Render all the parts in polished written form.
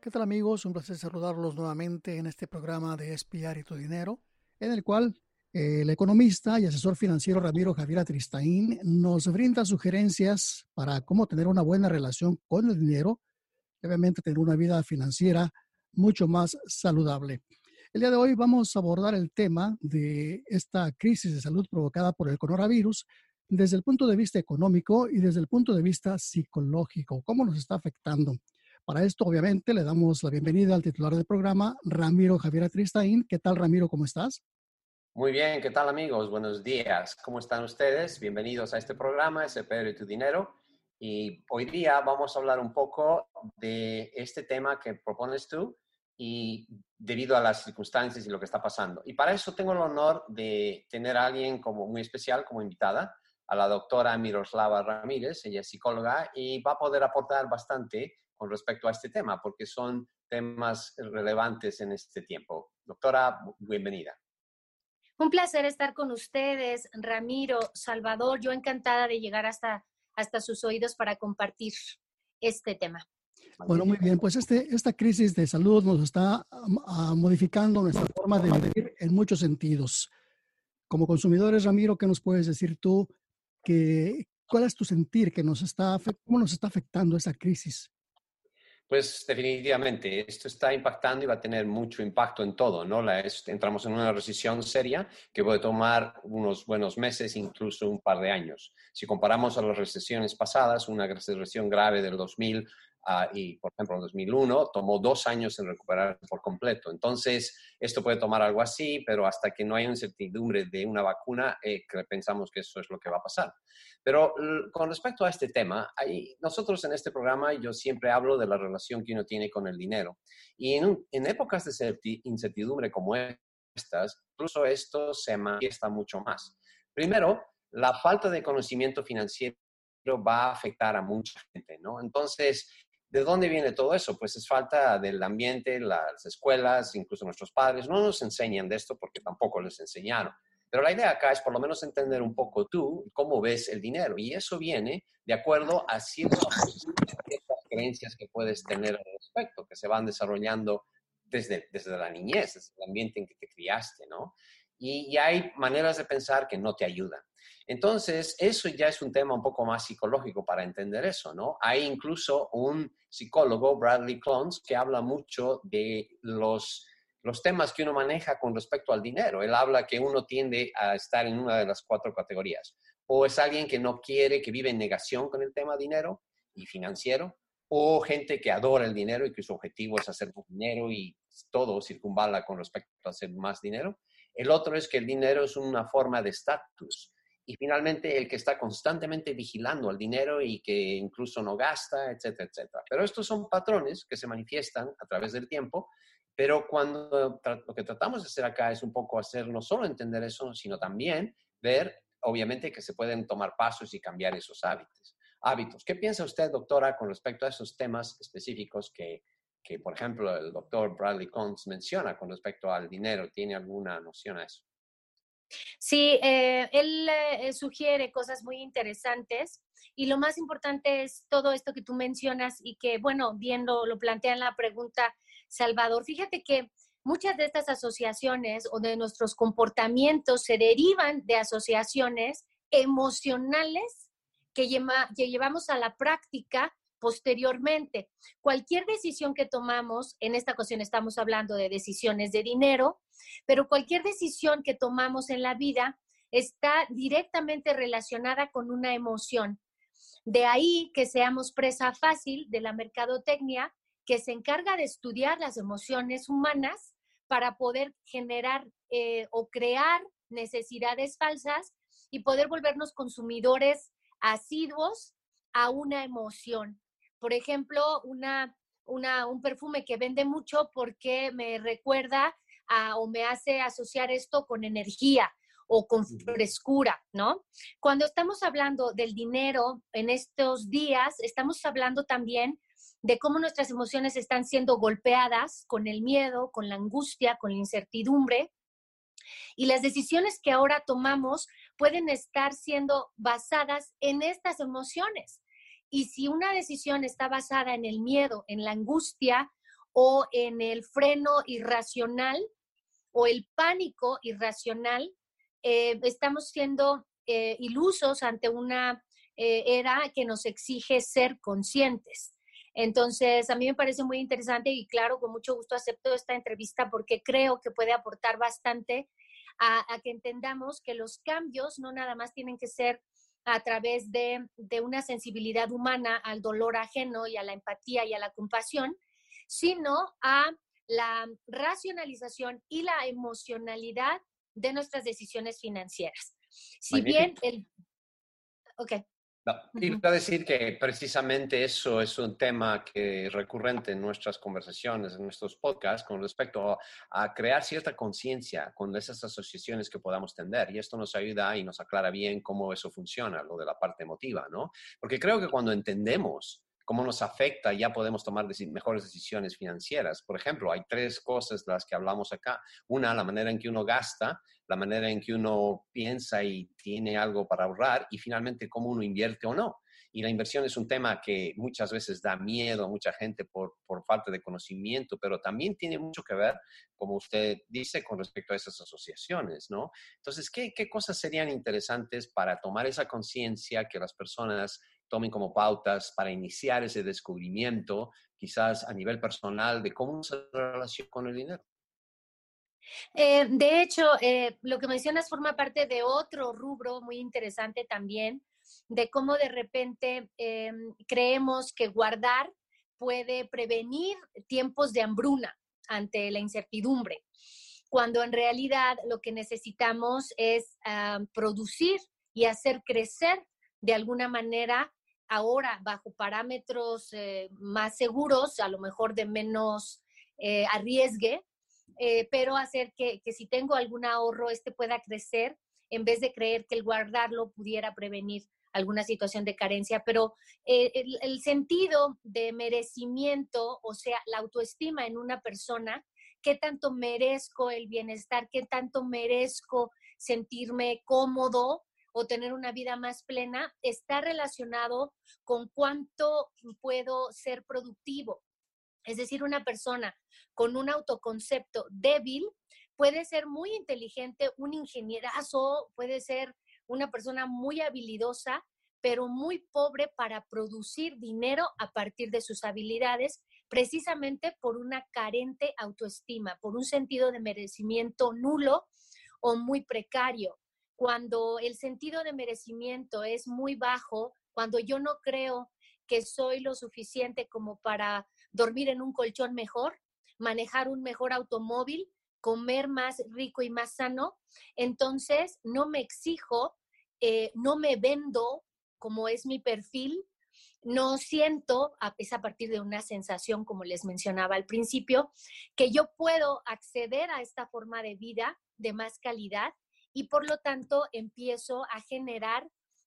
¿Qué tal amigos? Un placer saludarlos nuevamente en este programa de Espiar y tu Dinero, en el cual el economista y asesor financiero Ramiro Javier Atristain nos brinda sugerencias para cómo tener una buena relación con el dinero y obviamente tener una vida financiera mucho más saludable. El día de hoy vamos a abordar el tema de esta crisis de salud provocada por el coronavirus desde el punto de vista económico y desde el punto de vista psicológico, cómo nos está afectando. Para esto, obviamente, le damos la bienvenida al titular del programa, Ramiro Javier Atristain. ¿Qué tal, Ramiro? ¿Cómo estás? Muy bien, ¿qué tal amigos? Buenos días. ¿Cómo están ustedes? Bienvenidos a este programa, Espiar y tu Dinero. Y hoy día vamos a hablar un poco de este tema que propones tú y debido a las circunstancias y lo que está pasando. Y para eso tengo el honor de tener a alguien como muy especial como invitada, a la doctora Miroslava Ramírez. Ella es psicóloga y va a poder aportar bastante con respecto a este tema, porque son temas relevantes en este tiempo. Doctora, bienvenida. Un placer estar con ustedes, Ramiro, Salvador. Yo encantada de llegar hasta sus oídos para compartir este tema. Bueno, muy bien. Pues esta crisis de salud nos está modificando nuestra forma de vivir en muchos sentidos. Como consumidores, Ramiro, ¿qué nos puedes decir tú? ¿Cuál es tu sentir cómo nos está afectando esa crisis? Pues definitivamente, esto está impactando y va a tener mucho impacto en todo, ¿no? Entramos en una recesión seria que puede tomar unos buenos meses, incluso un par de años. Si comparamos a las recesiones pasadas, una recesión grave del 2000 y, por ejemplo, en 2001, tomó 2 años en recuperar por completo. Entonces, esto puede tomar algo así, pero hasta que no haya incertidumbre de una vacuna, pensamos que eso es lo que va a pasar. Pero con respecto a este tema, nosotros en este programa yo siempre hablo de la relación que uno tiene con el dinero. Y en épocas de incertidumbre como estas, incluso esto se manifiesta mucho más. Primero, la falta de conocimiento financiero va a afectar a mucha gente, ¿no? Entonces, ¿de dónde viene todo eso? Pues es falta del ambiente, las escuelas, incluso nuestros padres no nos enseñan de esto porque tampoco les enseñaron. Pero la idea acá es por lo menos entender un poco tú cómo ves el dinero. Y eso viene de acuerdo a ciertas creencias que puedes tener al respecto, que se van desarrollando desde la niñez, desde el ambiente en que te criaste, ¿no? Y hay maneras de pensar que no te ayudan. Entonces, eso ya es un tema un poco más psicológico para entender eso, ¿no? Hay incluso un psicólogo, Bradley Clones, que habla mucho de los temas que uno maneja con respecto al dinero. Él habla que uno tiende a estar en una de las 4 categorías. O es alguien que no quiere, que vive en negación con el tema dinero y financiero, o gente que adora el dinero y que su objetivo es hacer más dinero y todo circunvala con respecto a hacer más dinero. El otro es que el dinero es una forma de estatus. Y finalmente el que está constantemente vigilando al dinero y que incluso no gasta, etcétera, etcétera. Pero estos son patrones que se manifiestan a través del tiempo, pero cuando lo que tratamos de hacer acá es un poco hacer no solo entender eso, sino también ver, obviamente, que se pueden tomar pasos y cambiar esos hábitos. ¿Qué piensa usted, doctora, con respecto a esos temas específicos que por ejemplo, el doctor Bradley Clones menciona con respecto al dinero? ¿Tiene alguna noción a eso? Sí, él sugiere cosas muy interesantes y lo más importante es todo esto que tú mencionas y que, bueno, bien lo plantea en la pregunta Salvador. Fíjate que muchas de estas asociaciones o de nuestros comportamientos se derivan de asociaciones emocionales que llevamos a la práctica posteriormente. Cualquier decisión que tomamos, en esta ocasión estamos hablando de decisiones de dinero, pero cualquier decisión que tomamos en la vida está directamente relacionada con una emoción. De ahí que seamos presa fácil de la mercadotecnia, que se encarga de estudiar las emociones humanas para poder generar o crear necesidades falsas y poder volvernos consumidores asiduos a una emoción. Por ejemplo, un perfume que vende mucho porque me recuerda o me hace asociar esto con energía o con frescura, ¿no? Cuando estamos hablando del dinero en estos días, estamos hablando también de cómo nuestras emociones están siendo golpeadas con el miedo, con la angustia, con la incertidumbre. Y las decisiones que ahora tomamos pueden estar siendo basadas en estas emociones. Y si una decisión está basada en el miedo, en la angustia o en el freno irracional o el pánico irracional, estamos siendo ilusos ante una era que nos exige ser conscientes. Entonces, a mí me parece muy interesante y claro, con mucho gusto acepto esta entrevista porque creo que puede aportar bastante a que entendamos que los cambios no nada más tienen que ser a través de una sensibilidad humana al dolor ajeno y a la empatía y a la compasión, sino a la racionalización y la emocionalidad de nuestras decisiones financieras. Si bien el... Ok. No, iba a decir que precisamente eso es un tema que es recurrente en nuestras conversaciones, en nuestros podcasts, con respecto a crear cierta conciencia con esas asociaciones que podamos tener. Y esto nos ayuda y nos aclara bien cómo eso funciona, lo de la parte emotiva, ¿no? Porque creo que cuando entendemos cómo nos afecta, ya podemos tomar mejores decisiones financieras. Por ejemplo, hay 3 cosas de las que hablamos acá. Una, la manera en que uno gasta, la manera en que uno piensa y tiene algo para ahorrar, y finalmente cómo uno invierte o no. Y la inversión es un tema que muchas veces da miedo a mucha gente por falta de conocimiento, pero también tiene mucho que ver, como usted dice, con respecto a esas asociaciones, ¿no? Entonces, ¿qué cosas serían interesantes para tomar esa conciencia que las personas tomen como pautas para iniciar ese descubrimiento, quizás a nivel personal, de cómo se relaciona con el dinero? De hecho, lo que mencionas forma parte de otro rubro muy interesante también, de cómo de repente creemos que guardar puede prevenir tiempos de hambruna ante la incertidumbre, cuando en realidad lo que necesitamos es producir y hacer crecer de alguna manera ahora bajo parámetros más seguros, a lo mejor de menos arriesgue, pero hacer que si tengo algún ahorro, pueda crecer en vez de creer que el guardarlo pudiera prevenir alguna situación de carencia. Pero el sentido de merecimiento, o sea, la autoestima en una persona, qué tanto merezco el bienestar, qué tanto merezco sentirme cómodo o tener una vida más plena, está relacionado con cuánto puedo ser productivo. Es decir, una persona con un autoconcepto débil puede ser muy inteligente, un ingenierazo, puede ser una persona muy habilidosa, pero muy pobre para producir dinero a partir de sus habilidades, precisamente por una carente autoestima, por un sentido de merecimiento nulo o muy precario. Cuando el sentido de merecimiento es muy bajo, cuando yo no creo que soy lo suficiente como para dormir en un colchón mejor, manejar un mejor automóvil, comer más rico y más sano, entonces no me exijo, no me vendo como es mi perfil, no siento, es a partir de una sensación, como les mencionaba al principio, que yo puedo acceder a esta forma de vida de más calidad y por lo tanto empiezo a generar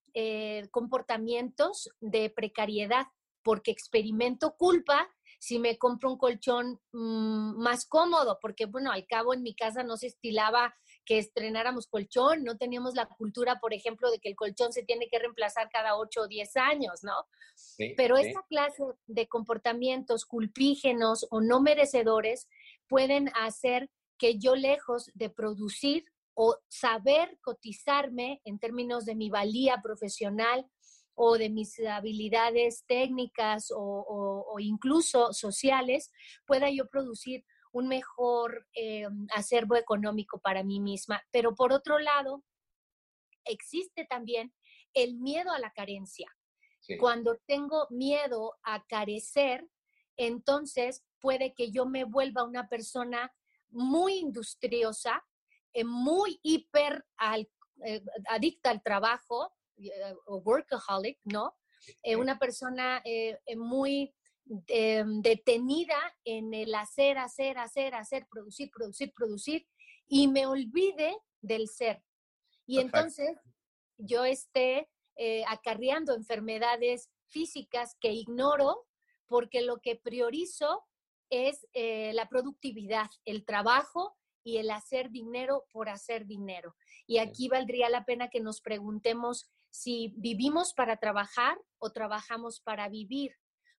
comportamientos de precariedad porque experimento culpa si me compro un colchón más cómodo, porque bueno, al cabo en mi casa no se estilaba que estrenáramos colchón, no teníamos la cultura, por ejemplo, de que el colchón se tiene que reemplazar cada 8 o 10 años, ¿no? Sí, Pero sí. esta clase de comportamientos culpígenos o no merecedores pueden hacer que yo, lejos de producir o saber cotizarme en términos de mi valía profesional o de mis habilidades técnicas o incluso sociales, pueda yo producir un mejor acervo económico para mí misma. Pero por otro lado, existe también el miedo a la carencia. Sí. Cuando tengo miedo a carecer, entonces puede que yo me vuelva una persona muy industriosa, muy adicta al trabajo, o workaholic, ¿no? Una persona muy detenida en el hacer, producir, y me olvide del ser. Y perfecto. Entonces yo esté acarreando enfermedades físicas que ignoro porque lo que priorizo es la productividad, el trabajo y el hacer dinero por hacer dinero. Y aquí valdría la pena que nos preguntemos si vivimos para trabajar o trabajamos para vivir,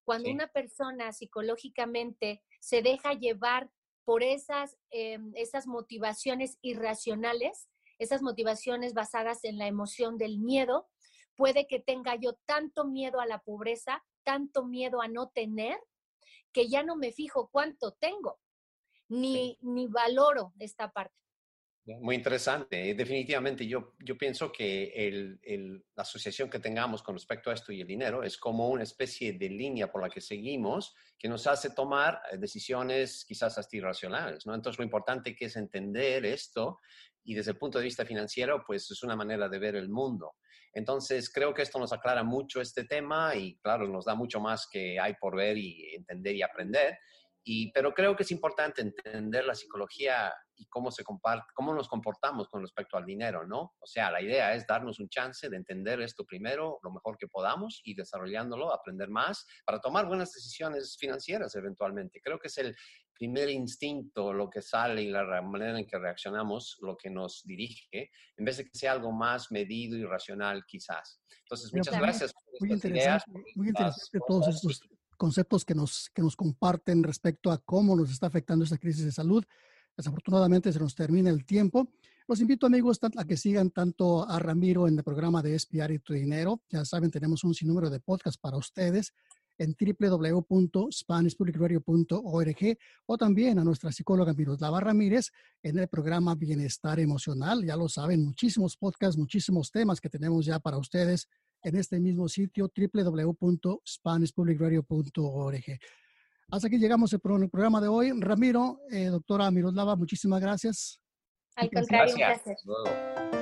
Cuando Sí. una persona psicológicamente se deja llevar por esas motivaciones irracionales, esas motivaciones basadas en la emoción del miedo, puede que tenga yo tanto miedo a la pobreza, tanto miedo a no tener, que ya no me fijo cuánto tengo, ni valoro esta parte. Muy interesante. Definitivamente, yo pienso que la asociación que tengamos con respecto a esto y el dinero es como una especie de línea por la que seguimos que nos hace tomar decisiones quizás hasta irracionales, ¿no? Entonces, lo importante que es entender esto y desde el punto de vista financiero, pues es una manera de ver el mundo. Entonces, creo que esto nos aclara mucho este tema y, claro, nos da mucho más que hay por ver y entender y aprender. Pero creo que es importante entender la psicología y cómo nos comportamos con respecto al dinero, ¿no? O sea, la idea es darnos un chance de entender esto primero lo mejor que podamos y desarrollándolo, aprender más para tomar buenas decisiones financieras eventualmente. Creo que es el primer instinto, lo que sale y la manera en que reaccionamos, lo que nos dirige, en vez de que sea algo más medido y racional quizás. Entonces, muchas gracias por estas ideas. Muy interesante todos estos conceptos que nos comparten respecto a cómo nos está afectando esta crisis de salud. Desafortunadamente se nos termina el tiempo. Los invito, amigos, a que sigan tanto a Ramiro en el programa de Espiar y tu Dinero. Ya saben, tenemos un sinnúmero de podcasts para ustedes en www.spanishpublicradio.org o también a nuestra psicóloga Miroslava Ramírez en el programa Bienestar Emocional. Ya lo saben, muchísimos podcasts, muchísimos temas que tenemos ya para ustedes en este mismo sitio, www.spanishpublicradio.org. Hasta aquí llegamos el programa de hoy. Ramiro, doctora Miroslava, muchísimas gracias. Al contrario, un Gracias. placer. Hasta luego.